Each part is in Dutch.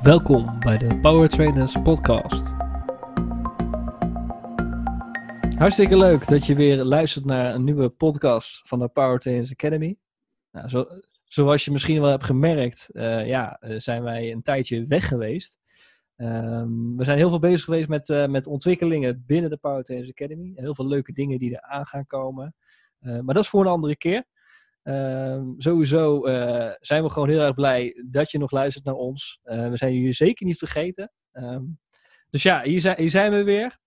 Welkom bij de Power Trainers podcast. Hartstikke leuk dat je weer luistert naar een nieuwe podcast van de Power Trainers Academy. Nou, zoals je misschien wel hebt gemerkt, zijn wij een tijdje weg geweest. We zijn heel veel bezig geweest met ontwikkelingen binnen de Power Trainers Academy. Heel veel leuke dingen die er aan gaan komen. Maar dat is voor een andere keer. Sowieso zijn we gewoon heel erg blij dat je nog luistert naar ons. We zijn jullie zeker niet vergeten. Dus ja, hier zijn we weer.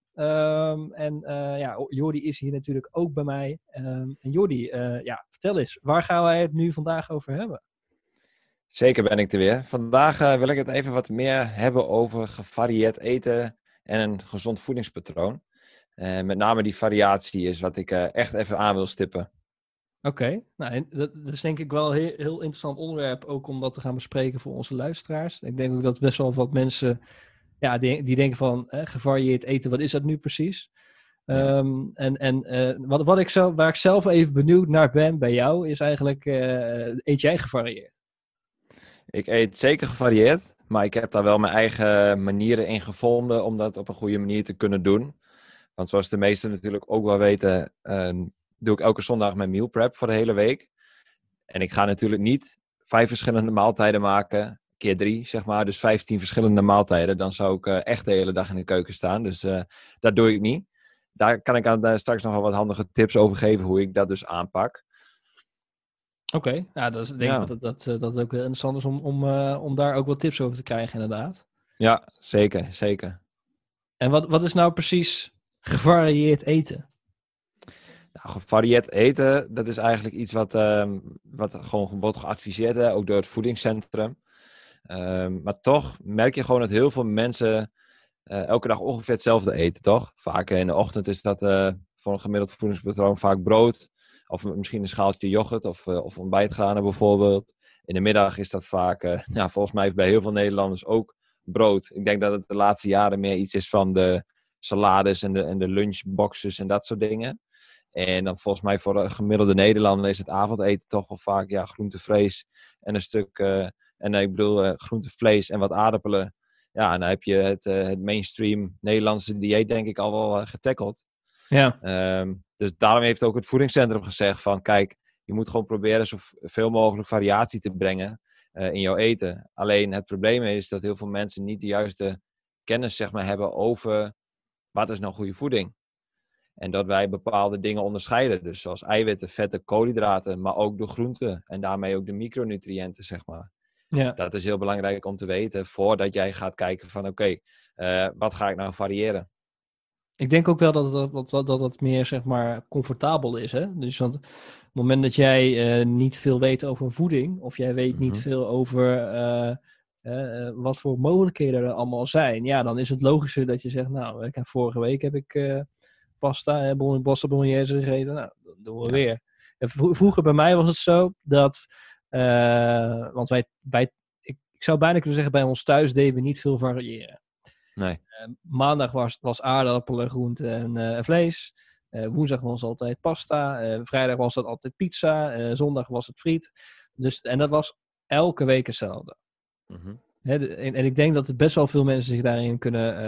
Jordi is hier natuurlijk ook bij mij. En Jordi, vertel eens, waar gaan wij het nu vandaag over hebben? Zeker ben ik er weer. Vandaag wil ik het even wat meer hebben over gevarieerd eten en een gezond voedingspatroon. Met name die variatie is wat ik echt even aan wil stippen. Oké, nou, dat is denk ik wel een heel interessant onderwerp, ook om dat te gaan bespreken voor onze luisteraars. Ik denk ook dat best wel wat mensen, die denken van, gevarieerd eten, wat is dat nu precies? Ja. Waar ik zelf even benieuwd naar ben bij jou, is eigenlijk, eet jij gevarieerd? Ik eet zeker gevarieerd, maar ik heb daar wel mijn eigen manieren in gevonden om dat op een goede manier te kunnen doen. Want zoals de meesten natuurlijk ook wel weten, doe ik elke zondag mijn meal prep voor de hele week. En ik ga natuurlijk niet 5 verschillende maaltijden maken, keer 3 zeg maar, dus 15 verschillende maaltijden. Dan zou ik echt de hele dag in de keuken staan, dus dat doe ik niet. Daar kan ik straks nog wel wat handige tips over geven hoe ik dat dus aanpak. Oké, denk ik dat het ook heel interessant is om daar ook wat tips over te krijgen, inderdaad. Ja, zeker, zeker. En wat is nou precies gevarieerd eten? Nou, gevarieerd eten, dat is eigenlijk iets wat gewoon wordt geadviseerd, hè, ook door het voedingscentrum. Maar toch merk je gewoon dat heel veel mensen elke dag ongeveer hetzelfde eten, toch? Vaak in de ochtend is dat voor een gemiddeld voedingspatroon vaak brood. Of misschien een schaaltje yoghurt of ontbijtgranen bijvoorbeeld. In de middag is dat vaak, volgens mij bij heel veel Nederlanders ook brood. Ik denk dat het de laatste jaren meer iets is van de salades en de lunchboxes en dat soort dingen. En dan volgens mij voor de gemiddelde Nederlander is het avondeten toch wel vaak groente, vlees en een stuk... groente, vlees en wat aardappelen. Ja, en dan heb je het mainstream Nederlandse dieet denk ik al wel getackeld. Ja. Dus daarom heeft ook het voedingscentrum gezegd van kijk, je moet gewoon proberen zoveel mogelijk variatie te brengen in jouw eten. Alleen het probleem is dat heel veel mensen niet de juiste kennis zeg maar hebben over wat is nou goede voeding. En dat wij bepaalde dingen onderscheiden. Dus zoals eiwitten, vetten, koolhydraten, maar ook de groenten. En daarmee ook de micronutriënten, zeg maar. Ja. Dat is heel belangrijk om te weten voordat jij gaat kijken van oké, wat ga ik nou variëren? Ik denk ook wel dat het meer, zeg maar, comfortabel is, hè? Dus want op het moment dat jij niet veel weet over voeding, of jij weet niet veel over wat voor mogelijkheden er allemaal zijn, ja, dan is het logischer dat je zegt, nou, vorige week heb ik pasta, pasta bolognese gegeten, nou, dat doen we weer. En vroeger bij mij was het zo dat, want ik zou bijna kunnen zeggen, bij ons thuis deden we niet veel variëren. Nee. Maandag was aardappelen, groente en vlees. Woensdag was altijd pasta. Vrijdag was dat altijd pizza. Zondag was het friet. En dat was elke week hetzelfde. Mm-hmm. En ik denk dat er best wel veel mensen zich daarin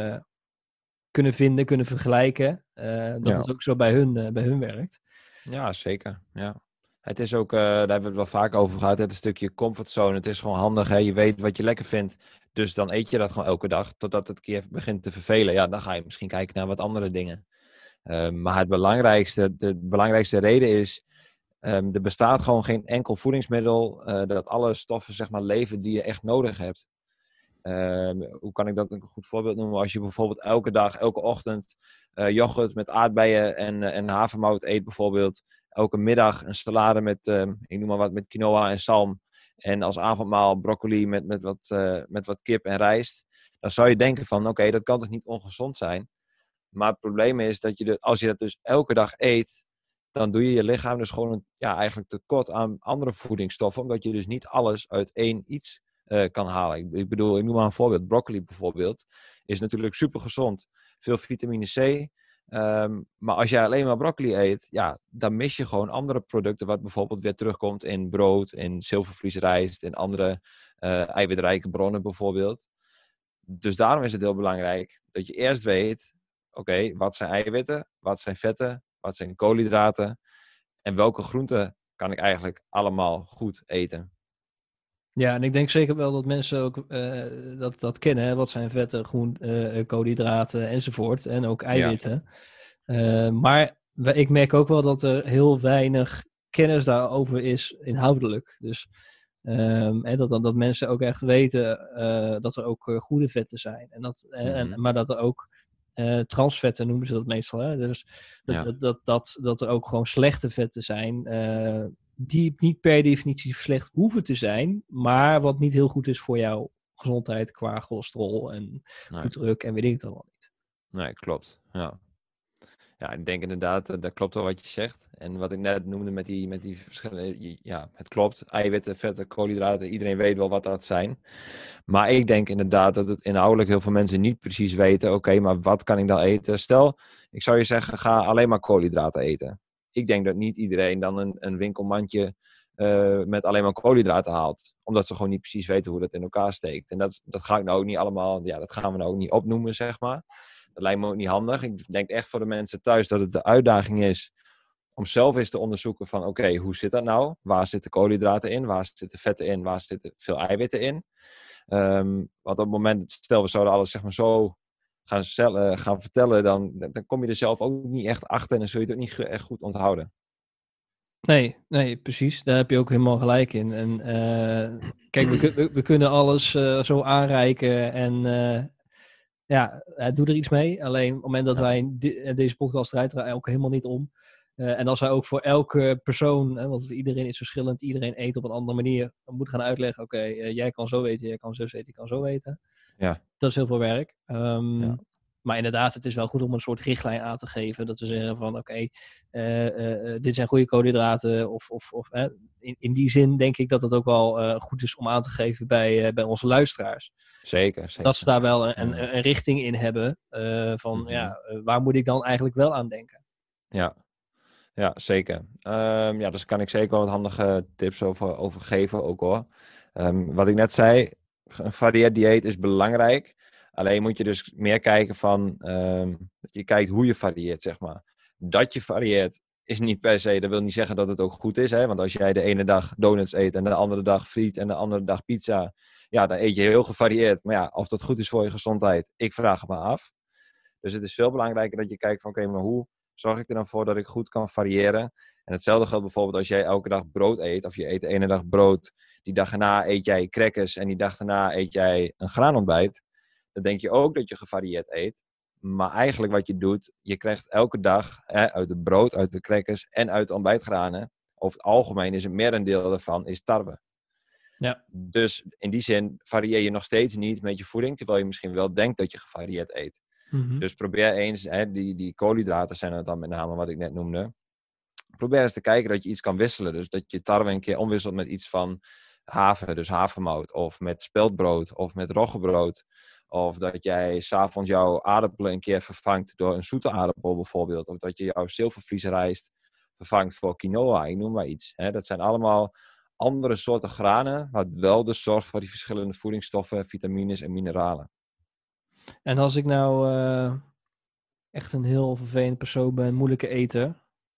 kunnen vinden, kunnen vergelijken. Dat het ook zo bij hun werkt. Ja, zeker. Ja. Het is ook, daar hebben we het wel vaak over gehad, het stukje comfortzone. Het is gewoon handig, hè? Je weet wat je lekker vindt. Dus dan eet je dat gewoon elke dag, totdat het een keer begint te vervelen. Ja, dan ga je misschien kijken naar wat andere dingen. Maar de belangrijkste reden is, er bestaat gewoon geen enkel voedingsmiddel dat alle stoffen zeg maar leven die je echt nodig hebt. Hoe kan ik dat een goed voorbeeld noemen? Als je bijvoorbeeld elke ochtend yoghurt met aardbeien en havermout eet bijvoorbeeld. Elke middag een salade ik noem maar wat, met quinoa en zalm. En als avondmaal broccoli met wat kip en rijst. Dan zou je denken van oké, dat kan toch niet ongezond zijn? Maar het probleem is dat als je dat dus elke dag eet, dan doe je je lichaam dus gewoon eigenlijk tekort aan andere voedingsstoffen. Omdat je dus niet alles uit één iets kan halen. Ik bedoel, ik noem maar een voorbeeld. Broccoli bijvoorbeeld is natuurlijk super gezond. Veel vitamine C. Maar als jij alleen maar broccoli eet, ja, dan mis je gewoon andere producten. Wat bijvoorbeeld weer terugkomt in brood, in zilvervliesrijst, in andere eiwitrijke bronnen bijvoorbeeld. Dus daarom is het heel belangrijk dat je eerst weet, oké, wat zijn eiwitten, wat zijn vetten, wat zijn koolhydraten en welke groenten kan ik eigenlijk allemaal goed eten. Ja, en ik denk zeker wel dat mensen ook dat kennen. Hè? Wat zijn vetten, koolhydraten enzovoort. En ook Ja. eiwitten. Maar ik merk ook wel dat er heel weinig kennis daarover is inhoudelijk. Dus dat mensen ook echt weten dat er ook goede vetten zijn. Maar dat er ook transvetten noemen ze dat meestal. Hè? Dus dat er ook gewoon slechte vetten zijn. Die niet per definitie slecht hoeven te zijn, maar wat niet heel goed is voor jouw gezondheid qua cholesterol en bloeddruk en weet ik het allemaal niet. Nee, klopt. Ja, ik denk inderdaad, dat klopt wel wat je zegt. En wat ik net noemde met die verschillende, ja, het klopt. Eiwitten, vetten, koolhydraten, iedereen weet wel wat dat zijn. Maar ik denk inderdaad dat het inhoudelijk heel veel mensen niet precies weten, oké, maar wat kan ik dan eten? Stel, ik zou je zeggen, ga alleen maar koolhydraten eten. Ik denk dat niet iedereen dan een winkelmandje met alleen maar koolhydraten haalt. Omdat ze gewoon niet precies weten hoe dat in elkaar steekt. En dat ga ik nou ook niet allemaal, ja, dat gaan we nou ook niet opnoemen, zeg maar. Dat lijkt me ook niet handig. Ik denk echt voor de mensen thuis dat het de uitdaging is om zelf eens te onderzoeken van oké, hoe zit dat nou? Waar zitten koolhydraten in? Waar zitten vetten in? Waar zitten veel eiwitten in? Want op het moment, stel we zouden alles zeg maar zo gaan vertellen, dan kom je er zelf ook niet echt achter en dan zul je het ook niet echt goed onthouden. Nee, precies. Daar heb je ook helemaal gelijk in. En kijk, we kunnen alles zo aanreiken en doe er iets mee. Alleen op het moment dat wij deze podcast draait er ook helemaal niet om. En als wij ook voor elke persoon, want iedereen is verschillend, iedereen eet op een andere manier, moet gaan uitleggen, oké, jij kan zo eten, jij kan zus eten, ik kan zo eten. Ja. Dat is heel veel werk. Maar inderdaad, het is wel goed om een soort richtlijn aan te geven. Dat we zeggen van oké, dit zijn goede koolhydraten. In die zin denk ik dat het ook wel goed is om aan te geven bij onze luisteraars. Zeker. Dat ze daar wel een richting in hebben. Waar moet ik dan eigenlijk wel aan denken? Ja, zeker. Dus kan ik zeker wel wat handige tips over geven ook hoor. Wat ik net zei, een varieerd dieet is belangrijk. Alleen moet je dus meer kijken van, dat je kijkt hoe je varieert, zeg maar. Dat je varieert is niet per se, dat wil niet zeggen dat het ook goed is. Hè? Want als jij de ene dag donuts eet en de andere dag friet en de andere dag pizza, ja, dan eet je heel gevarieerd. Maar ja, of dat goed is voor je gezondheid, ik vraag het me af. Dus het is veel belangrijker dat je kijkt van, oké, maar hoe zorg ik er dan voor dat ik goed kan variëren? En hetzelfde geldt bijvoorbeeld als jij elke dag brood eet, of je eet de ene dag brood, die dag erna eet jij crackers en die dag erna eet jij een graanontbijt. Dan denk je ook dat je gevarieerd eet. Maar eigenlijk wat je doet, je krijgt elke dag uit het brood, uit de crackers en uit de ontbijtgranen, over het algemeen is het merendeel daarvan is tarwe. Ja. Dus in die zin varieer je nog steeds niet met je voeding, terwijl je misschien wel denkt dat je gevarieerd eet. Mm-hmm. Dus probeer eens, die koolhydraten zijn het dan met name wat ik net noemde. Probeer eens te kijken dat je iets kan wisselen. Dus dat je tarwe een keer omwisselt met iets van haver, dus havermout. Of met speldbrood, of met roggebrood. Of dat jij 's avonds jouw aardappelen een keer vervangt door een zoete aardappel bijvoorbeeld. Of dat je jouw zilvervliesrijst vervangt voor quinoa, ik noem maar iets. Dat zijn allemaal andere soorten granen, wat wel dus zorgt voor die verschillende voedingsstoffen, vitamines en mineralen. En als ik nou echt een heel vervelend persoon ben, moeilijke eter,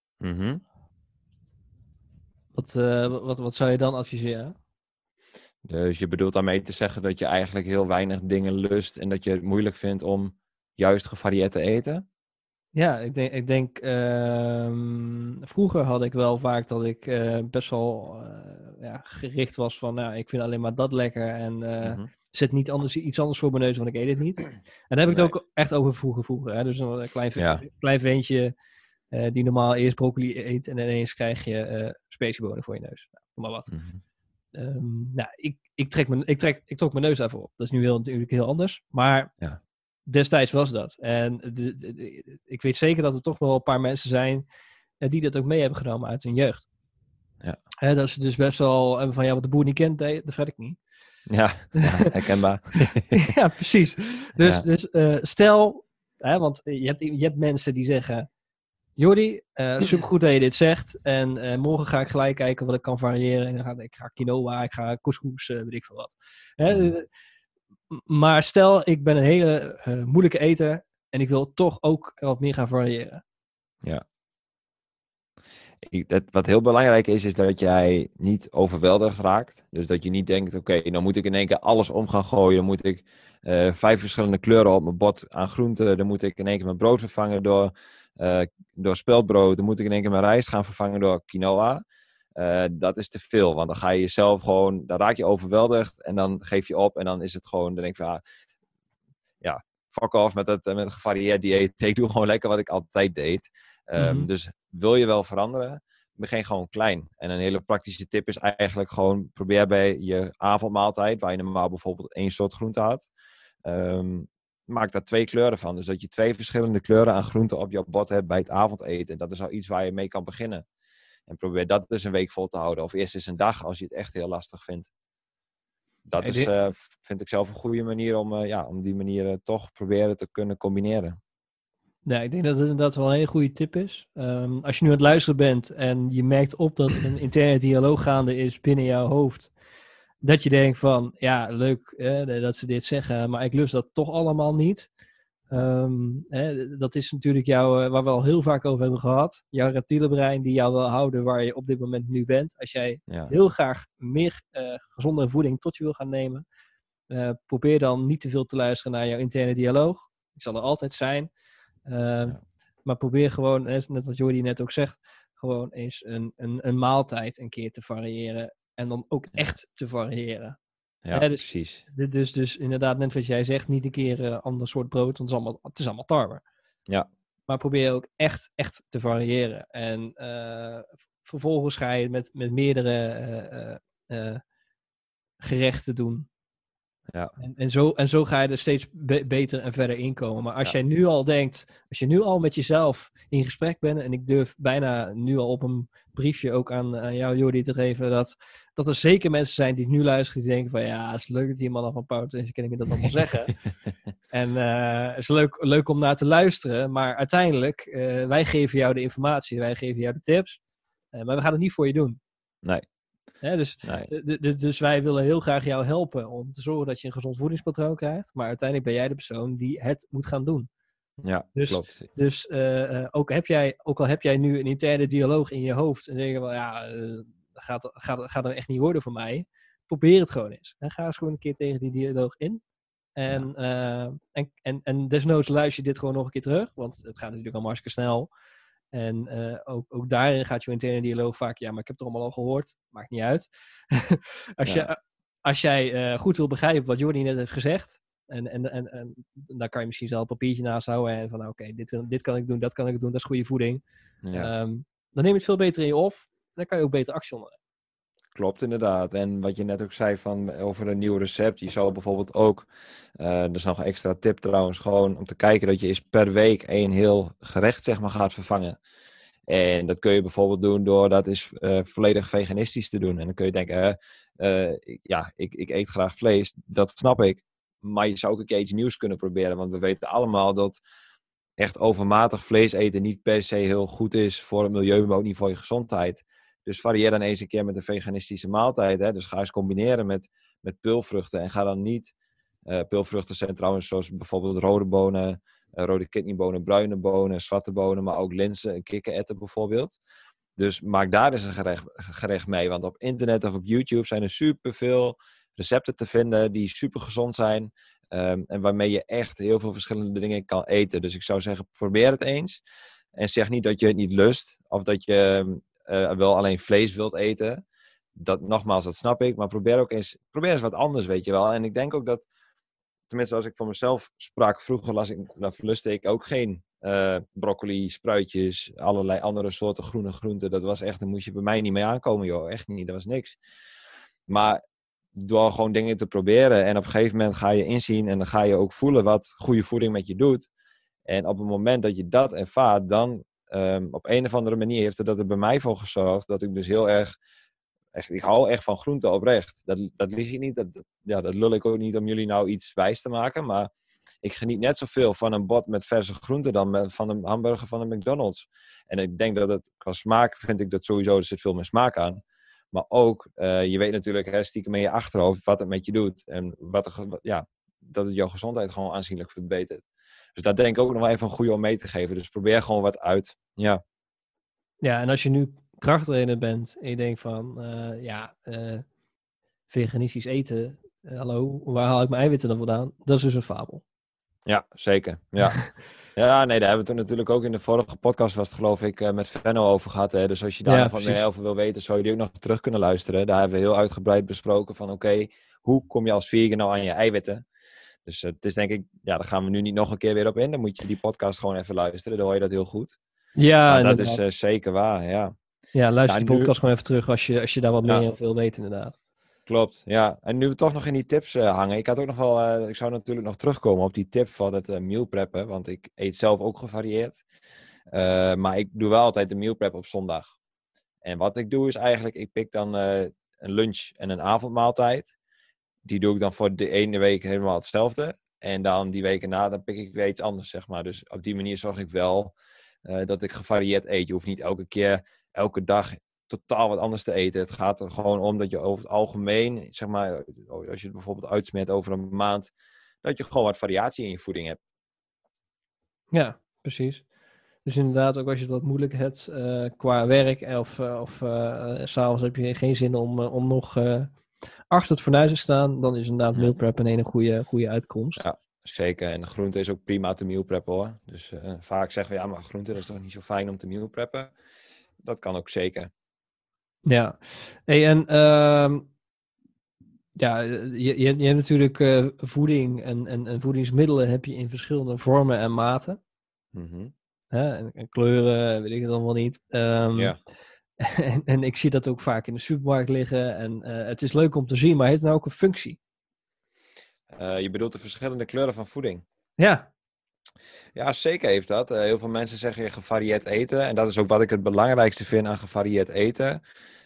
wat zou je dan adviseren? Dus je bedoelt daarmee te zeggen dat je eigenlijk heel weinig dingen lust en dat je het moeilijk vindt om juist gevarieerd te eten? Ja, ik denk vroeger had ik wel vaak dat ik best wel gericht was van, nou, ik vind alleen maar dat lekker en zet niet iets anders voor mijn neus, want ik eet het niet. En daar heb ik het ook echt over vroeger. Hè? Dus een klein ventje die normaal eerst broccoli eet en ineens krijg je speciebonen voor je neus. Nou, noem maar wat. Ik trok mijn neus daarvoor op. Dat is nu natuurlijk heel anders, maar destijds was dat. En ik weet zeker dat er toch wel een paar mensen zijn die dat ook mee hebben genomen uit hun jeugd. Ja. Dat ze dus best wel van, wat de boer niet kent, dat vet ik niet. Ja, herkenbaar. Ja, precies. Dus stel, want je hebt mensen die zeggen, Jordi, supergoed dat je dit zegt. En morgen ga ik gelijk kijken wat ik kan variëren. En ik ga quinoa, ik ga couscous, weet ik veel wat. Maar stel, ik ben een hele moeilijke eter en ik wil toch ook wat meer gaan variëren. Ja. Wat heel belangrijk is dat jij niet overweldigd raakt. Dus dat je niet denkt, oké, dan moet ik in één keer alles om gaan gooien. Dan moet ik 5 verschillende kleuren op mijn bord aan groenten. Dan moet ik in één keer mijn brood vervangen door speldbrood. Dan moet ik in één keer mijn rijst gaan vervangen door quinoa. Dat is te veel, want dan ga je jezelf gewoon, dan raak je overweldigd en dan geef je op en dan is het gewoon, dan denk ik van, ja, fuck off met het gevarieerd dieet. Ik doe gewoon lekker wat ik altijd deed. Dus wil je wel veranderen, begin gewoon klein. En een hele praktische tip is eigenlijk gewoon, probeer bij je avondmaaltijd, waar je normaal bijvoorbeeld 1 soort groente had, maak daar 2 kleuren van. Dus dat je 2 verschillende kleuren aan groenten op je bord hebt bij het avondeten. Dat is al iets waar je mee kan beginnen. En probeer dat dus een week vol te houden. Of eerst eens een dag als je het echt heel lastig vindt. Dat is, vind ik zelf een goede manier om die manier toch proberen te kunnen combineren. Ja, ik denk dat het inderdaad wel een hele goede tip is. Als je nu aan het luisteren bent en je merkt op dat er een interne dialoog gaande is binnen jouw hoofd. Dat je denkt van, ja, leuk dat ze dit zeggen, maar ik lust dat toch allemaal niet. Dat is natuurlijk waar we al heel vaak over hebben gehad. Jouw reptiele brein die jou wil houden waar je op dit moment nu bent. Als jij heel graag meer gezonde voeding tot je wil gaan nemen, probeer dan niet te veel te luisteren naar jouw interne dialoog. Die zal er altijd zijn. Maar probeer gewoon, net wat Jordi net ook zegt, gewoon eens een maaltijd een keer te variëren. En dan ook echt te variëren. Ja, precies. Dus inderdaad, net wat jij zegt, niet een keer een ander soort brood, want het is allemaal tarwe. Ja. Maar probeer ook echt te variëren. En vervolgens ga je met meerdere gerechten doen. Ja. En zo ga je er steeds beter en verder inkomen. Maar als jij nu al denkt, als je nu al met jezelf in gesprek bent, en ik durf bijna nu al op een briefje ook aan jou, Jordi, te geven, dat er zeker mensen zijn die nu luisteren, die denken van, ja, het is leuk dat die man van Power Tennis Academy dat allemaal zeggen. En het is leuk om naar te luisteren, maar uiteindelijk, wij geven jou de informatie, wij geven jou de tips, maar we gaan het niet voor je doen. Nee. Dus wij willen heel graag jou helpen om te zorgen dat je een gezond voedingspatroon krijgt. Maar uiteindelijk ben jij de persoon die het moet gaan doen. Ja, klopt. Dus ook al heb jij nu een interne dialoog in je hoofd en zeg je wel, ja, gaat er echt niet worden voor mij. Probeer het gewoon eens. En ga eens gewoon een keer tegen die dialoog in. En desnoods luister je dit gewoon nog een keer terug. Want het gaat natuurlijk allemaal hartstikke snel. En ook daarin gaat je interne dialoog vaak, ja, maar ik heb het allemaal al gehoord. Maakt niet uit. Als jij goed wil begrijpen wat Jordi net heeft gezegd, en dan kan je misschien zelf een papiertje naast houden en van, oké, dit kan ik doen, dat kan ik doen, dat is goede voeding. Ja. Dan neem je het veel beter in je op. Dan kan je ook beter actie ondernemen. Klopt, inderdaad. En wat je net ook zei over een nieuw recept. Je zou bijvoorbeeld ook, dat is nog een extra tip trouwens, gewoon om te kijken dat je eens per week 1 heel gerecht, zeg maar, gaat vervangen. En dat kun je bijvoorbeeld doen door dat eens volledig veganistisch te doen. En dan kun je denken, ik eet graag vlees, dat snap ik. Maar je zou ook een keer iets nieuws kunnen proberen. Want we weten allemaal dat echt overmatig vlees eten niet per se heel goed is voor het milieu, maar ook niet voor je gezondheid. Dus varieer dan eens een keer met een veganistische maaltijd. Hè? Dus ga eens combineren met peulvruchten. En ga dan niet... peulvruchten zijn trouwens zoals bijvoorbeeld rode bonen, rode kidneybonen, bruine bonen, zwarte bonen, maar ook linzen en kikkererwten bijvoorbeeld. Dus maak daar eens een gerecht mee. Want op internet of op YouTube zijn er superveel recepten te vinden die super gezond zijn. En waarmee je echt heel veel verschillende dingen kan eten. Dus ik zou zeggen, probeer het eens. En zeg niet dat je het niet lust. Of dat je wel alleen vlees wilt eten. Nogmaals, dat snap ik. Maar probeer eens wat anders, weet je wel. En ik denk ook dat, tenminste als ik voor mezelf sprak, vroeger lustte ik ook geen broccoli, spruitjes, allerlei andere soorten groene groenten. Dat was echt, daar moest je bij mij niet mee aankomen, joh. Echt niet, dat was niks. Maar door gewoon dingen te proberen en op een gegeven moment ga je inzien en dan ga je ook voelen wat goede voeding met je doet. En op het moment dat je dat ervaart, dan op een of andere manier heeft dat er bij mij voor gezorgd dat ik dus heel erg, ik hou echt van groenten oprecht. Dat lieg ik niet, dat lul ik ook niet om jullie nou iets wijs te maken, maar ik geniet net zoveel van een bord met verse groenten dan van een hamburger van de McDonald's. En ik denk dat het qua smaak, vind ik dat sowieso, er zit veel meer smaak aan. Maar ook, je weet natuurlijk stiekem in je achterhoofd wat het met je doet. En dat het jouw gezondheid gewoon aanzienlijk verbetert. Dus daar denk ik ook nog wel even een goede om mee te geven. Dus probeer gewoon wat uit. Ja. Ja, en als je nu krachttrainer bent en je denkt van, veganistisch eten, hallo, waar haal ik mijn eiwitten dan vandaan? Dat is dus een fabel. Ja, zeker. Ja. Ja, nee, daar hebben we het natuurlijk ook in de vorige podcast was het geloof ik met Venno over gehad. Hè? Dus als je daar Ja, nog wat meer over wil weten, zou je die ook nog terug kunnen luisteren. Daar hebben we heel uitgebreid besproken van oké, hoe kom je als vegan nou aan je eiwitten? Dus het is denk ik, ja, daar gaan we nu niet nog een keer weer op in. Dan moet je die podcast gewoon even luisteren, dan hoor je dat heel goed. Ja, Maar dat inderdaad. is zeker waar, ja. Ja, luister Ja, die nu, podcast gewoon even terug als je daar wat meer over wil weten, inderdaad. klopt, ja. En nu we toch nog in die tips hangen. Ik had ook nog wel, ik zou natuurlijk nog terugkomen op die tip van het meal preppen. Want ik eet zelf ook gevarieerd. Maar ik doe wel altijd de meal prep op zondag. En wat ik doe is eigenlijk, ik pik dan een lunch en een avondmaaltijd. Die doe ik dan voor de ene week helemaal hetzelfde. En dan die weken na, dan pik ik weer iets anders, zeg maar. Dus op die manier zorg ik wel dat ik gevarieerd eet. Je hoeft niet elke keer, elke dag totaal wat anders te eten. Het gaat er gewoon om dat je over het algemeen, zeg maar, als je het bijvoorbeeld uitsmeert over een maand, dat je gewoon wat variatie in je voeding hebt. Ja, precies. Dus inderdaad, ook als je het wat moeilijk hebt qua werk of 's avonds heb je geen zin om nog achter het fornuis te staan, dan is inderdaad meal prep een hele goede uitkomst. Ja, zeker. En de groente is ook prima te meal preppen hoor. Dus vaak zeggen we, ja, maar groente dat is toch niet zo fijn om te meal preppen. Dat kan ook zeker. Ja, hey, en ja, je hebt natuurlijk voeding en voedingsmiddelen heb je in verschillende vormen en maten. Mhm. En kleuren, weet ik het dan wel niet. Ja. En ik zie dat ook vaak in de supermarkt liggen. En het is leuk om te zien, maar heeft het nou ook een functie? Je bedoelt de verschillende kleuren van voeding? Ja. Ja, zeker heeft dat. Heel veel mensen zeggen je gevarieerd eten. En dat is ook wat ik het belangrijkste vind aan gevarieerd eten.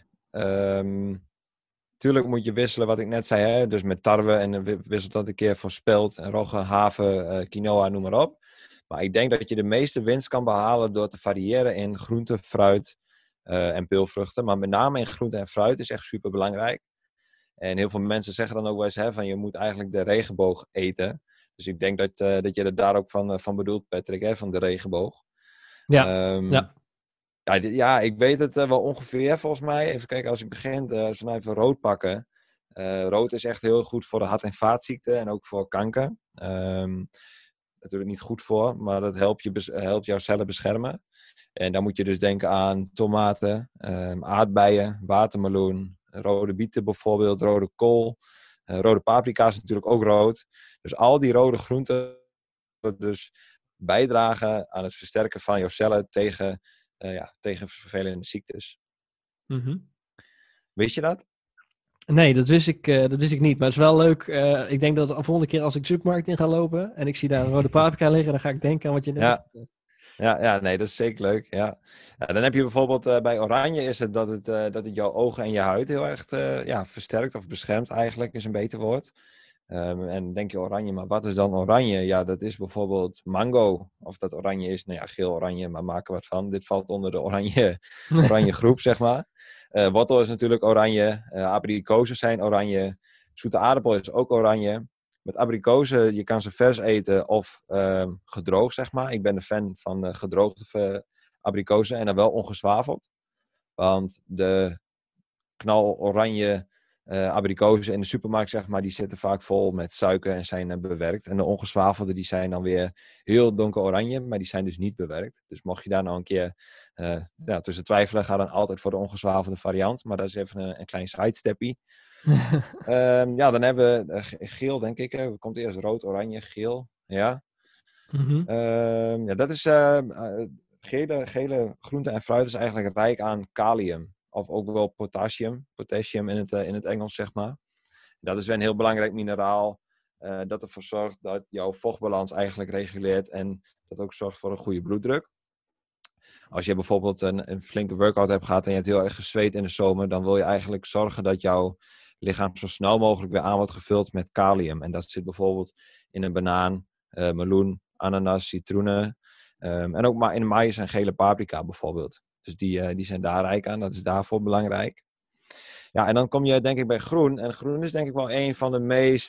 Tuurlijk moet je wisselen wat ik net zei. Hè? Dus met tarwe en wisselt dat een keer voor spelt, rogge, haven, quinoa, noem maar op. Maar ik denk dat je de meeste winst kan behalen door te variëren in groente, fruit en peulvruchten. Maar met name in groente en fruit is echt super belangrijk. En heel veel mensen zeggen dan ook wel eens hè, van je moet eigenlijk de regenboog eten. Dus ik denk dat je er daar ook van bedoelt, Patrick, hè, van de regenboog. Ja. Ja. Ja, ik weet het wel ongeveer volgens mij. Even kijken, als ik begin, als we nou even rood pakken. Rood is echt heel goed voor de hart- en vaatziekten en ook voor kanker. Natuurlijk niet goed voor, maar dat helpt jouw cellen beschermen. En dan moet je dus denken aan tomaten, aardbeien, watermeloen, rode bieten bijvoorbeeld, rode kool. Rode paprika is natuurlijk ook rood. Dus al die rode groenten dus bijdragen aan het versterken van jouw cellen tegen vervelende ziektes. Mm-hmm. Wist je dat? Nee, dat wist ik niet. Maar het is wel leuk. Ik denk dat de volgende keer als ik de supermarkt in ga lopen en ik zie daar een rode paprika liggen, dan ga ik denken aan wat je net Ja. Ja, nee, dat is zeker leuk. Ja. Ja, dan heb je bijvoorbeeld bij oranje is het dat het jouw ogen en je huid heel erg versterkt of beschermt eigenlijk, is een beter woord. En dan denk je oranje, maar wat is dan oranje? Ja, dat is bijvoorbeeld mango. Of dat oranje is, nou ja, geel-oranje, maar maak er wat van. Dit valt onder de oranje groep, zeg maar. Wortel is natuurlijk oranje. Abrikozen zijn oranje. Zoete aardappel is ook oranje. Met abrikozen, je kan ze vers eten of gedroogd, zeg maar. Ik ben een fan van gedroogde abrikozen en dan wel ongezwaveld. Want de knaloranje abrikozen in de supermarkt, zeg maar, die zitten vaak vol met suiker en zijn bewerkt. En de ongezwavelde, die zijn dan weer heel donker oranje, maar die zijn dus niet bewerkt. Dus mocht je daar nou een keer tussen twijfelen, ga dan altijd voor de ongezwavelde variant. Maar dat is even een klein sidesteppie. Dan hebben we geel, denk ik. Er komt eerst rood, oranje, geel. Ja. Mm-hmm. Dat is gele groente en fruit is eigenlijk rijk aan kalium. Of ook wel potassium in het Engels, zeg maar. Dat is weer een heel belangrijk mineraal. Dat ervoor zorgt dat jouw vochtbalans eigenlijk reguleert. En dat ook zorgt voor een goede bloeddruk. Als je bijvoorbeeld een flinke workout hebt gehad en je hebt heel erg gezweet in de zomer, dan wil je eigenlijk zorgen dat jouw lichaam zo snel mogelijk weer aan wordt gevuld met kalium. En dat zit bijvoorbeeld in een banaan, meloen, ananas, citroenen. En ook maar in maïs en gele paprika bijvoorbeeld. Dus die zijn daar rijk aan. Dat is daarvoor belangrijk. Ja, en dan kom je denk ik bij groen. En groen is denk ik wel een van de meest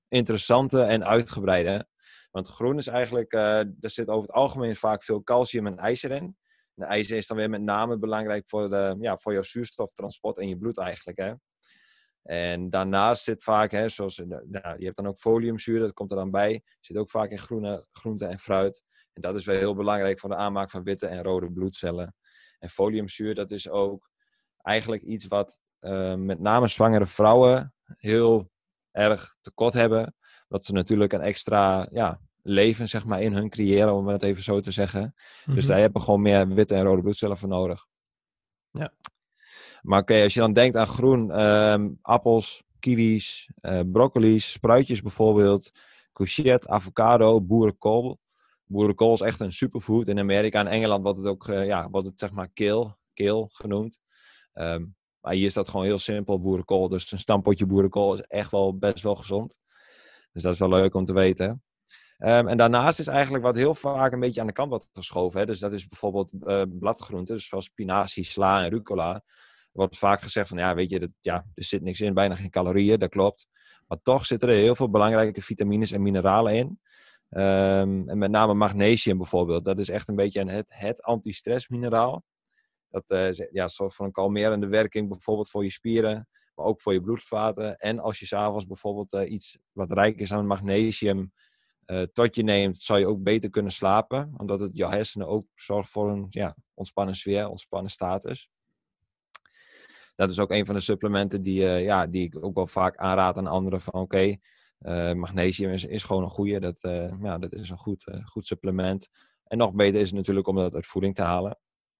interessante en uitgebreide. Want groen is eigenlijk, er zit over het algemeen vaak veel calcium en ijzer in. De ijzer is dan weer met name belangrijk voor jouw zuurstoftransport in je bloed eigenlijk. Hè? En daarnaast zit vaak, hè, je hebt dan ook foliumzuur, dat komt er dan bij. Zit ook vaak in groene groenten en fruit. En dat is wel heel belangrijk voor de aanmaak van witte en rode bloedcellen. En foliumzuur, dat is ook eigenlijk iets wat met name zwangere vrouwen heel erg tekort hebben. Dat ze natuurlijk een extra leven zeg maar, in hun creëren, om het even zo te zeggen. Dus daar hebben we gewoon meer witte en rode bloedcellen voor nodig. Ja. Maar oké, als je dan denkt aan groen, appels, kiwis, broccoli's, spruitjes bijvoorbeeld, courgette, avocado, boerenkool. Boerenkool is echt een superfood. In Amerika en Engeland wordt het ook zeg maar keel genoemd. Maar hier is dat gewoon heel simpel, boerenkool. Dus een stampotje boerenkool is echt wel best wel gezond. Dus dat is wel leuk om te weten. En daarnaast is eigenlijk wat heel vaak een beetje aan de kant wordt geschoven. Hè? Dus dat is bijvoorbeeld bladgroenten, dus zoals spinazie, sla en rucola. Er wordt vaak gezegd van, ja, weet je, er zit niks in, bijna geen calorieën, dat klopt. Maar toch zitten er heel veel belangrijke vitamines en mineralen in. En met name magnesium bijvoorbeeld. Dat is echt een beetje het anti-stressmineraal. Dat zorgt voor een kalmerende werking, bijvoorbeeld voor je spieren, maar ook voor je bloedvaten. En als je s'avonds bijvoorbeeld iets wat rijk is aan magnesium tot je neemt, zal je ook beter kunnen slapen. Omdat het jouw hersenen ook zorgt voor een ontspannen sfeer, ontspannen status. Dat is ook een van de supplementen die ik ook wel vaak aanraad aan anderen. Van magnesium is gewoon een goede. Dat is een goed supplement. En nog beter is het natuurlijk om dat uit voeding te halen.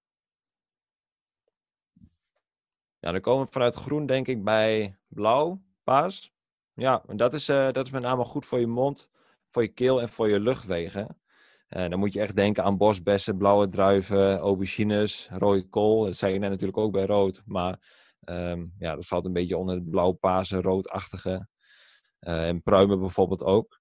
Ja, dan komen we vanuit groen denk ik bij blauw, paars. Ja, en dat is met name goed voor je mond, voor je keel en voor je luchtwegen. Dan moet je echt denken aan bosbessen, blauwe druiven, aubergines, rode kool. Dat zei je net natuurlijk ook bij rood. Maar dat valt een beetje onder het blauw, paarse, roodachtige. En pruimen bijvoorbeeld ook.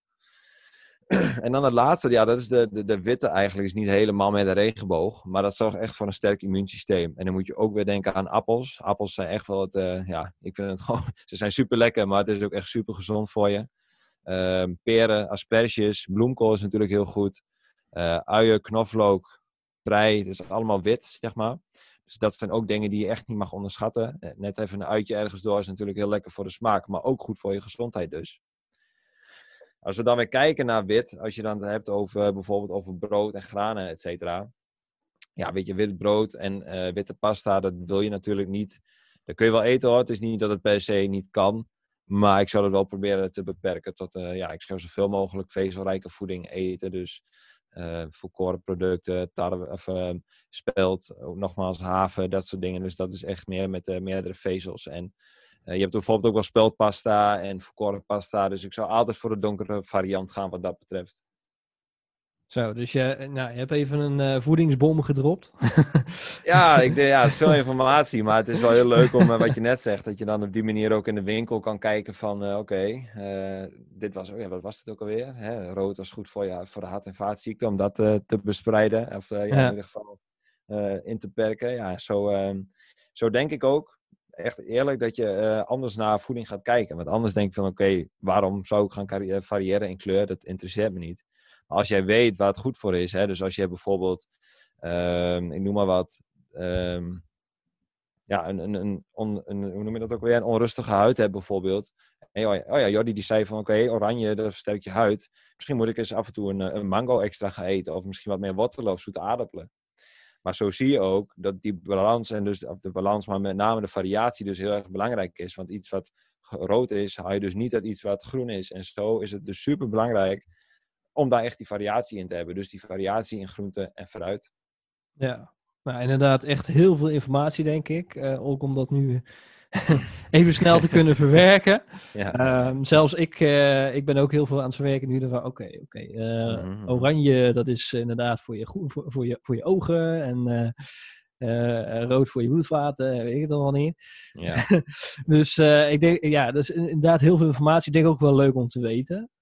En dan het laatste, dat is de witte eigenlijk. Is niet helemaal met de regenboog. Maar dat zorgt echt voor een sterk immuunsysteem. En dan moet je ook weer denken aan appels. Appels zijn echt wel ik vind het gewoon... Ze zijn super lekker, maar het is ook echt super gezond voor je. Peren, asperges, bloemkool is natuurlijk heel goed. Uien, knoflook, prei, dat is allemaal wit, zeg maar. Dus dat zijn ook dingen die je echt niet mag onderschatten. Net even een uitje ergens door is natuurlijk heel lekker voor de smaak, maar ook goed voor je gezondheid dus. Als we dan weer kijken naar wit, als je dan hebt over bijvoorbeeld over brood en granen, et cetera. Ja, weet je, wit brood en witte pasta, dat wil je natuurlijk niet. Dat kun je wel eten hoor, het is niet dat het per se niet kan. Maar ik zou het wel proberen te beperken tot, ik zou zoveel mogelijk vezelrijke voeding eten. Dus volkoren producten, tarwe, of spelt, nogmaals haven, dat soort dingen. Dus dat is echt meer met meerdere vezels. En je hebt bijvoorbeeld ook wel speldpasta en volkoren pasta. Dus ik zou altijd voor de donkere variant gaan wat dat betreft. Zo, dus je hebt even een voedingsbom gedropt. Ja, het is veel informatie, maar het is wel heel leuk om wat je net zegt, dat je dan op die manier ook in de winkel kan kijken van, dit was, wat was het ook alweer? Hè? Rood was goed voor de hart- en vaatziekten, om dat te bestrijden, of in ieder geval in te perken. Ja, zo denk ik ook, echt eerlijk, dat je anders naar voeding gaat kijken. Want anders denk je van, waarom zou ik gaan variëren in kleur? Dat interesseert me niet. Maar als jij weet waar het goed voor is, hè, dus als je bijvoorbeeld, ik noem maar wat, hoe noem je dat ook weer? Een onrustige huid hebt bijvoorbeeld. En Jordi die zei van, oranje, dat versterkt je huid. Misschien moet ik eens af en toe een mango extra gaan eten. Of misschien wat meer wortelen of zoete aardappelen. Maar zo zie je ook dat die balans, maar met name de variatie dus heel erg belangrijk is. Want iets wat rood is, haal je dus niet uit iets wat groen is. En zo is het dus super belangrijk om daar echt die variatie in te hebben. Dus die variatie in groente en fruit. Ja, nou inderdaad echt heel veel informatie denk ik. Ook om dat nu even snel te kunnen verwerken. Ja. Zelfs ik ben ook heel veel aan het verwerken nu. Van oranje, dat is inderdaad voor je ogen. En rood voor je bloedvaten, weet ik het allemaal niet. Ja. Dus ik denk, dat is inderdaad heel veel informatie. Ik denk ook wel leuk om te weten.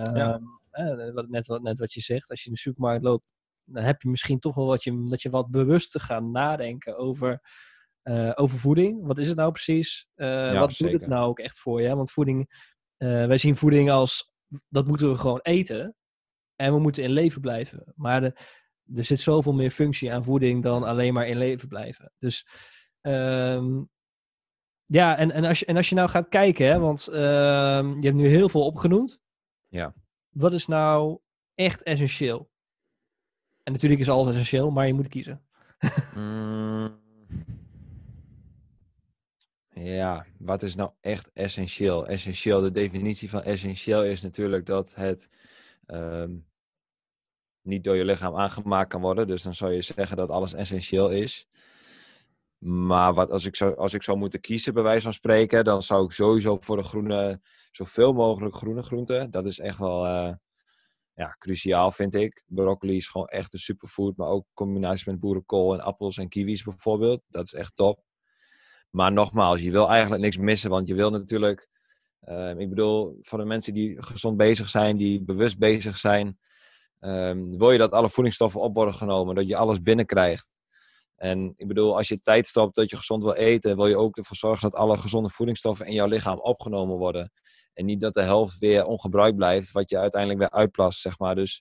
Net wat je zegt, als je in de supermarkt loopt, dan heb je misschien toch wel dat je wat bewuster gaat nadenken over voeding. Wat is het nou precies? Wat zeker. doet het nou ook echt voor je? Want voeding, wij zien voeding als dat moeten we gewoon eten. En we moeten in leven blijven. Maar er zit zoveel meer functie aan voeding dan alleen maar in leven blijven. Dus ja, en als je nou gaat kijken, hè, want je hebt nu heel veel opgenoemd. Ja. Wat is nou echt essentieel? En natuurlijk is alles essentieel, maar je moet kiezen. Ja, wat is nou echt essentieel? Essentieel, de definitie van essentieel is natuurlijk dat het niet door je lichaam aangemaakt kan worden. Dus dan zou je zeggen dat alles essentieel is. Maar als ik zou moeten kiezen, bij wijze van spreken, dan zou ik sowieso voor zoveel mogelijk groene groenten. Dat is echt wel cruciaal, vind ik. Broccoli is gewoon echt een superfood, maar ook in combinatie met boerenkool en appels en kiwis bijvoorbeeld. Dat is echt top. Maar nogmaals, je wil eigenlijk niks missen, want je wil natuurlijk... ik bedoel, voor de mensen die gezond bezig zijn, die bewust bezig zijn, wil je dat alle voedingsstoffen op worden genomen, dat je alles binnenkrijgt. En ik bedoel, als je tijd stopt dat je gezond wil eten, wil je ook ervoor zorgen dat alle gezonde voedingsstoffen in jouw lichaam opgenomen worden. En niet dat de helft weer ongebruikt blijft, wat je uiteindelijk weer uitplast, zeg maar. Dus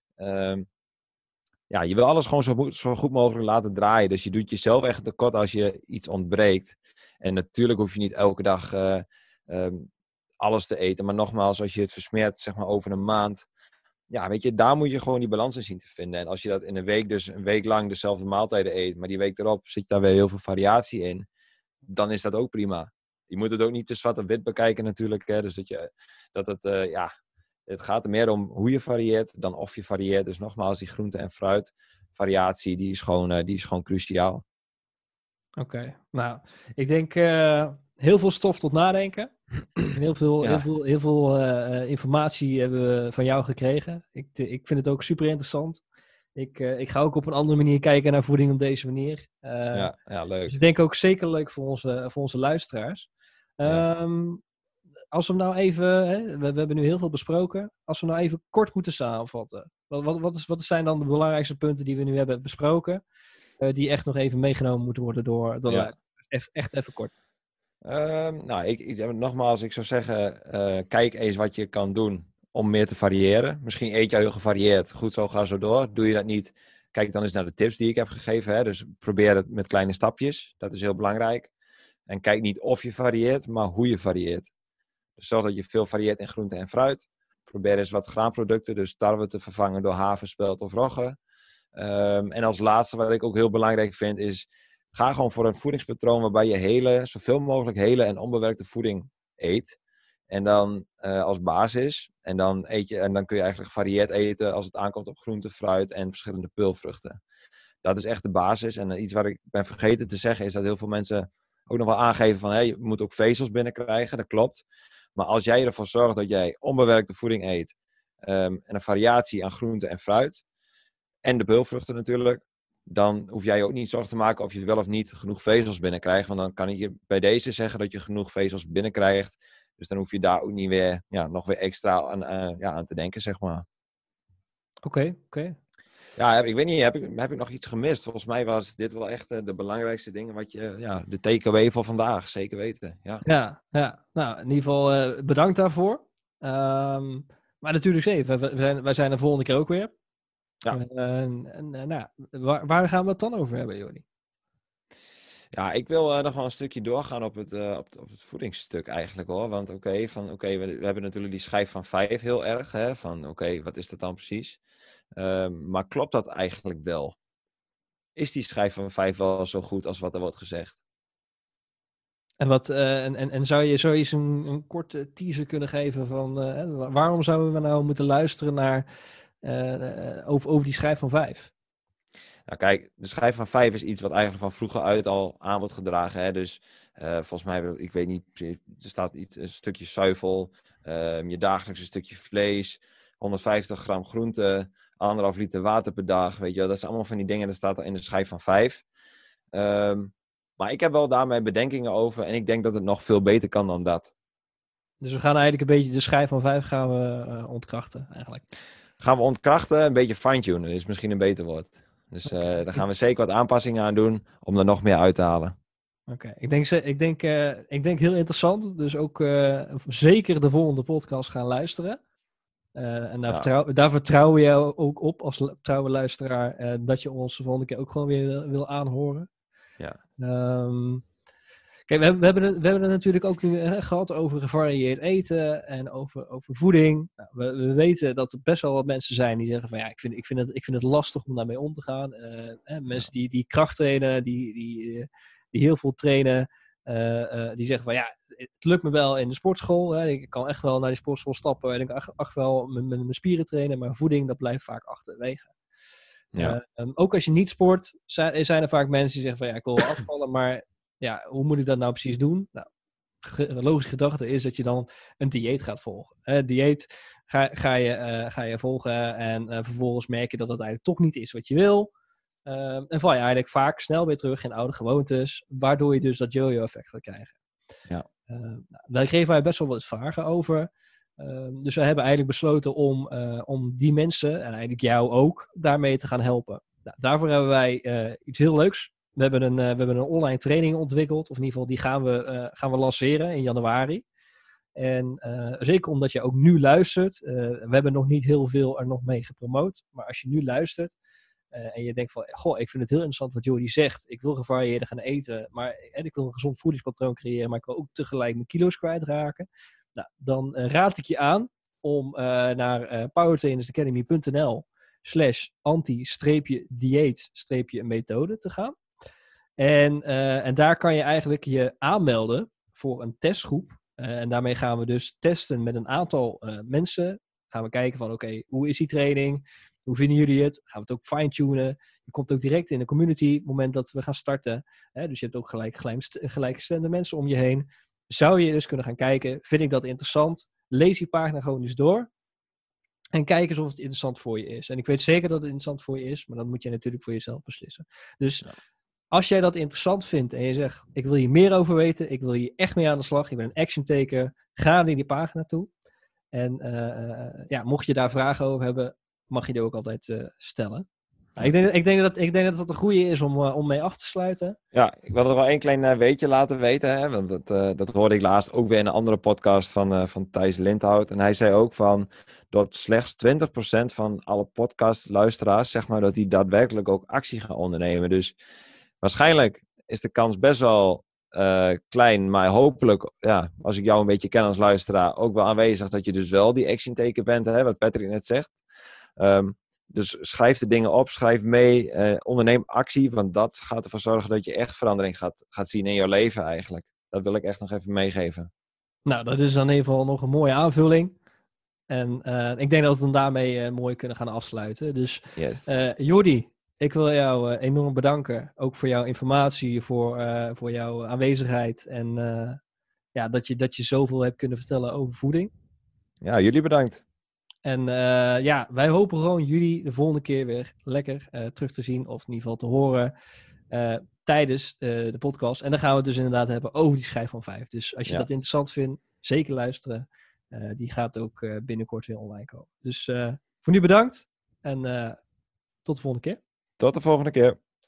je wil alles gewoon zo goed mogelijk laten draaien. Dus je doet jezelf echt tekort als je iets ontbreekt. En natuurlijk hoef je niet elke dag alles te eten. Maar nogmaals, als je het versmeert, zeg maar over een maand. Ja, weet je, daar moet je gewoon die balans in zien te vinden. En als je dat in een week, dus een week lang dezelfde maaltijden eet, maar die week erop zit daar weer heel veel variatie in, dan is dat ook prima. Je moet het ook niet te zwart of wit bekijken natuurlijk. Hè? Dus het gaat er meer om hoe je varieert dan of je varieert. Dus nogmaals, die groente- en fruitvariatie, die is gewoon cruciaal. Oké, nou, ik denk heel veel stof tot nadenken. En heel veel informatie hebben we van jou gekregen. Ik vind het ook super interessant. Ik ga ook op een andere manier kijken naar voeding op deze manier. Leuk. Dus ik denk ook zeker leuk voor onze luisteraars. Als we nou even, we hebben nu heel veel besproken. Als we nou even kort moeten samenvatten. Wat zijn dan de belangrijkste punten die we nu hebben besproken? Die echt nog even meegenomen moeten worden door echt even kort. Nogmaals, ik zou zeggen, kijk eens wat je kan doen om meer te variëren. Misschien eet je heel gevarieerd. Goed zo, ga zo door. Doe je dat niet, kijk dan eens naar de tips die ik heb gegeven. Hè? Dus probeer het met kleine stapjes. Dat is heel belangrijk. En kijk niet of je varieert, maar hoe je varieert. Dus zorg dat je veel varieert in groente en fruit. Probeer eens wat graanproducten, dus tarwe te vervangen door haver, spelt of rogge. En als laatste, wat ik ook heel belangrijk vind, is ga gewoon voor een voedingspatroon waarbij je zoveel mogelijk hele en onbewerkte voeding eet. En dan als basis. En dan kun je eigenlijk gevarieerd eten als het aankomt op groente, fruit en verschillende peulvruchten. Dat is echt de basis. En iets wat ik ben vergeten te zeggen is dat heel veel mensen ook nog wel aangeven van je moet ook vezels binnenkrijgen. Dat klopt. Maar als jij ervoor zorgt dat jij onbewerkte voeding eet en een variatie aan groente en fruit en de peulvruchten natuurlijk, dan hoef jij je ook niet zorgen te maken of je wel of niet genoeg vezels binnenkrijgt. Want dan kan ik je bij deze zeggen dat je genoeg vezels binnenkrijgt. Dus dan hoef je daar ook niet weer nog weer extra aan te denken, zeg maar. Oké. Ja, ik weet niet, heb ik nog iets gemist? Volgens mij was dit wel echt de belangrijkste dingen de takeaway van vandaag, zeker weten. Ja. Nou, in ieder geval bedankt daarvoor. Maar natuurlijk zeker, wij zijn de volgende keer ook weer. Ja. Waar gaan we het dan over hebben, Jordi? Ja, ik wil nog wel een stukje doorgaan op het voedingsstuk eigenlijk hoor. Want we hebben natuurlijk die schijf van 5 heel erg. Hè, van wat is dat dan precies? Maar klopt dat eigenlijk wel? Is die schijf van 5 wel zo goed als wat er wordt gezegd? En zou je eens een korte teaser kunnen geven van waarom zouden we nou moeten luisteren naar over die schijf van 5? Nou kijk, de schijf van 5 is iets wat eigenlijk van vroeger uit al aan wordt gedragen. Hè? Dus volgens mij, ik weet niet, er staat een stukje zuivel, je dagelijks een stukje vlees, 150 gram groente, 1,5 liter water per dag. Weet je wel? Dat zijn allemaal van die dingen, dat staat al in de schijf van 5. Maar ik heb wel daar mijn bedenkingen over en ik denk dat het nog veel beter kan dan dat. Dus we gaan eigenlijk een beetje de schijf van 5 gaan we ontkrachten eigenlijk. Gaan we ontkrachten, een beetje fine-tunen, is misschien een beter woord. Dus daar gaan we zeker wat aanpassingen aan doen om er nog meer uit te halen. Oké. Ik denk heel interessant. Dus ook zeker de volgende podcast gaan luisteren. En daar vertrouwen we jou ook op als trouwe luisteraar, dat je ons de volgende keer ook gewoon weer wil aanhoren. Ja. Kijk, we hebben het natuurlijk ook nu gehad over gevarieerd eten en over voeding. Nou, we weten dat er best wel wat mensen zijn die zeggen van ja, ik vind het lastig om daarmee om te gaan. Mensen die kracht trainen, die heel veel trainen, die zeggen van ja, het lukt me wel in de sportschool. Hè. Ik kan echt wel naar die sportschool stappen en ik kan echt wel mijn spieren trainen, maar voeding dat blijft vaak achterwege. Ja. Ook als je niet sport, zijn er vaak mensen die zeggen van ja, ik wil wel afvallen, maar ja, hoe moet ik dat nou precies doen? Nou, een logische gedachte is dat je dan een dieet gaat volgen. Dieet ga je volgen en vervolgens merk je dat het eigenlijk toch niet is wat je wil. En val je eigenlijk vaak snel weer terug in oude gewoontes, waardoor je dus dat yo-yo-effect gaat krijgen. Ja. Daar kregen wij best wel wat vragen over. Dus we hebben eigenlijk besloten om die mensen, en eigenlijk jou ook, daarmee te gaan helpen. Nou, daarvoor hebben wij iets heel leuks. We hebben een online training ontwikkeld, of in ieder geval die gaan we lanceren in januari. En zeker omdat je ook nu luistert, we hebben nog niet heel veel er nog mee gepromoot, maar als je nu luistert en je denkt van, goh, ik vind het heel interessant wat Jordi zegt, ik wil gevarieerder gaan eten, maar ik wil een gezond voedingspatroon creëren, maar ik wil ook tegelijk mijn kilo's kwijtraken. Nou, dan raad ik je aan om naar powertrainersacademy.nl/anti-dieet-methode te gaan. En daar kan je eigenlijk je aanmelden voor een testgroep. En daarmee gaan we dus testen met een aantal mensen. Gaan we kijken van oké, hoe is die training? Hoe vinden jullie het? Gaan we het ook fine-tunen? Je komt ook direct in de community op het moment dat we gaan starten. Dus je hebt ook gelijkgestemde mensen om je heen. Zou je dus kunnen gaan kijken, vind ik dat interessant? Lees die pagina gewoon eens door. En kijk eens of het interessant voor je is. En ik weet zeker dat het interessant voor je is, maar dat moet je natuurlijk voor jezelf beslissen. Dus als jij dat interessant vindt en je zegt, ik wil hier meer over weten, ik wil hier echt mee aan de slag, je bent een action taker, ga naar die pagina toe. En mocht je daar vragen over hebben, mag je die ook altijd stellen. Nou, ik denk dat het een goede is om mee af te sluiten. Ja, ik wil er wel een klein weetje laten weten. Hè? Want dat hoorde ik laatst ook weer in een andere podcast van Thijs Lindhout. En hij zei ook van dat slechts 20% van alle podcastluisteraars, zeg maar, dat die daadwerkelijk ook actie gaan ondernemen. Dus waarschijnlijk is de kans best wel klein, maar hopelijk, ja, als ik jou een beetje ken als luisteraar, ook wel aanwezig dat je dus wel die action taker bent, hè, wat Patrick net zegt. Dus schrijf de dingen op, schrijf mee, onderneem actie, want dat gaat ervoor zorgen dat je echt verandering gaat zien in jouw leven eigenlijk. Dat wil ik echt nog even meegeven. Nou, dat is dan in ieder geval nog een mooie aanvulling. En ik denk dat we dan daarmee mooi kunnen gaan afsluiten. Dus Yes. Jordi, ik wil jou enorm bedanken. Ook voor jouw informatie, voor jouw aanwezigheid. En dat je zoveel hebt kunnen vertellen over voeding. Ja, jullie bedankt. En wij hopen gewoon jullie de volgende keer weer lekker terug te zien. Of in ieder geval te horen tijdens de podcast. En dan gaan we het dus inderdaad hebben over die schijf van 5. Dus als je dat interessant vindt, zeker luisteren. Die gaat ook binnenkort weer online komen. Dus voor nu bedankt. En tot de volgende keer. Tot de volgende keer.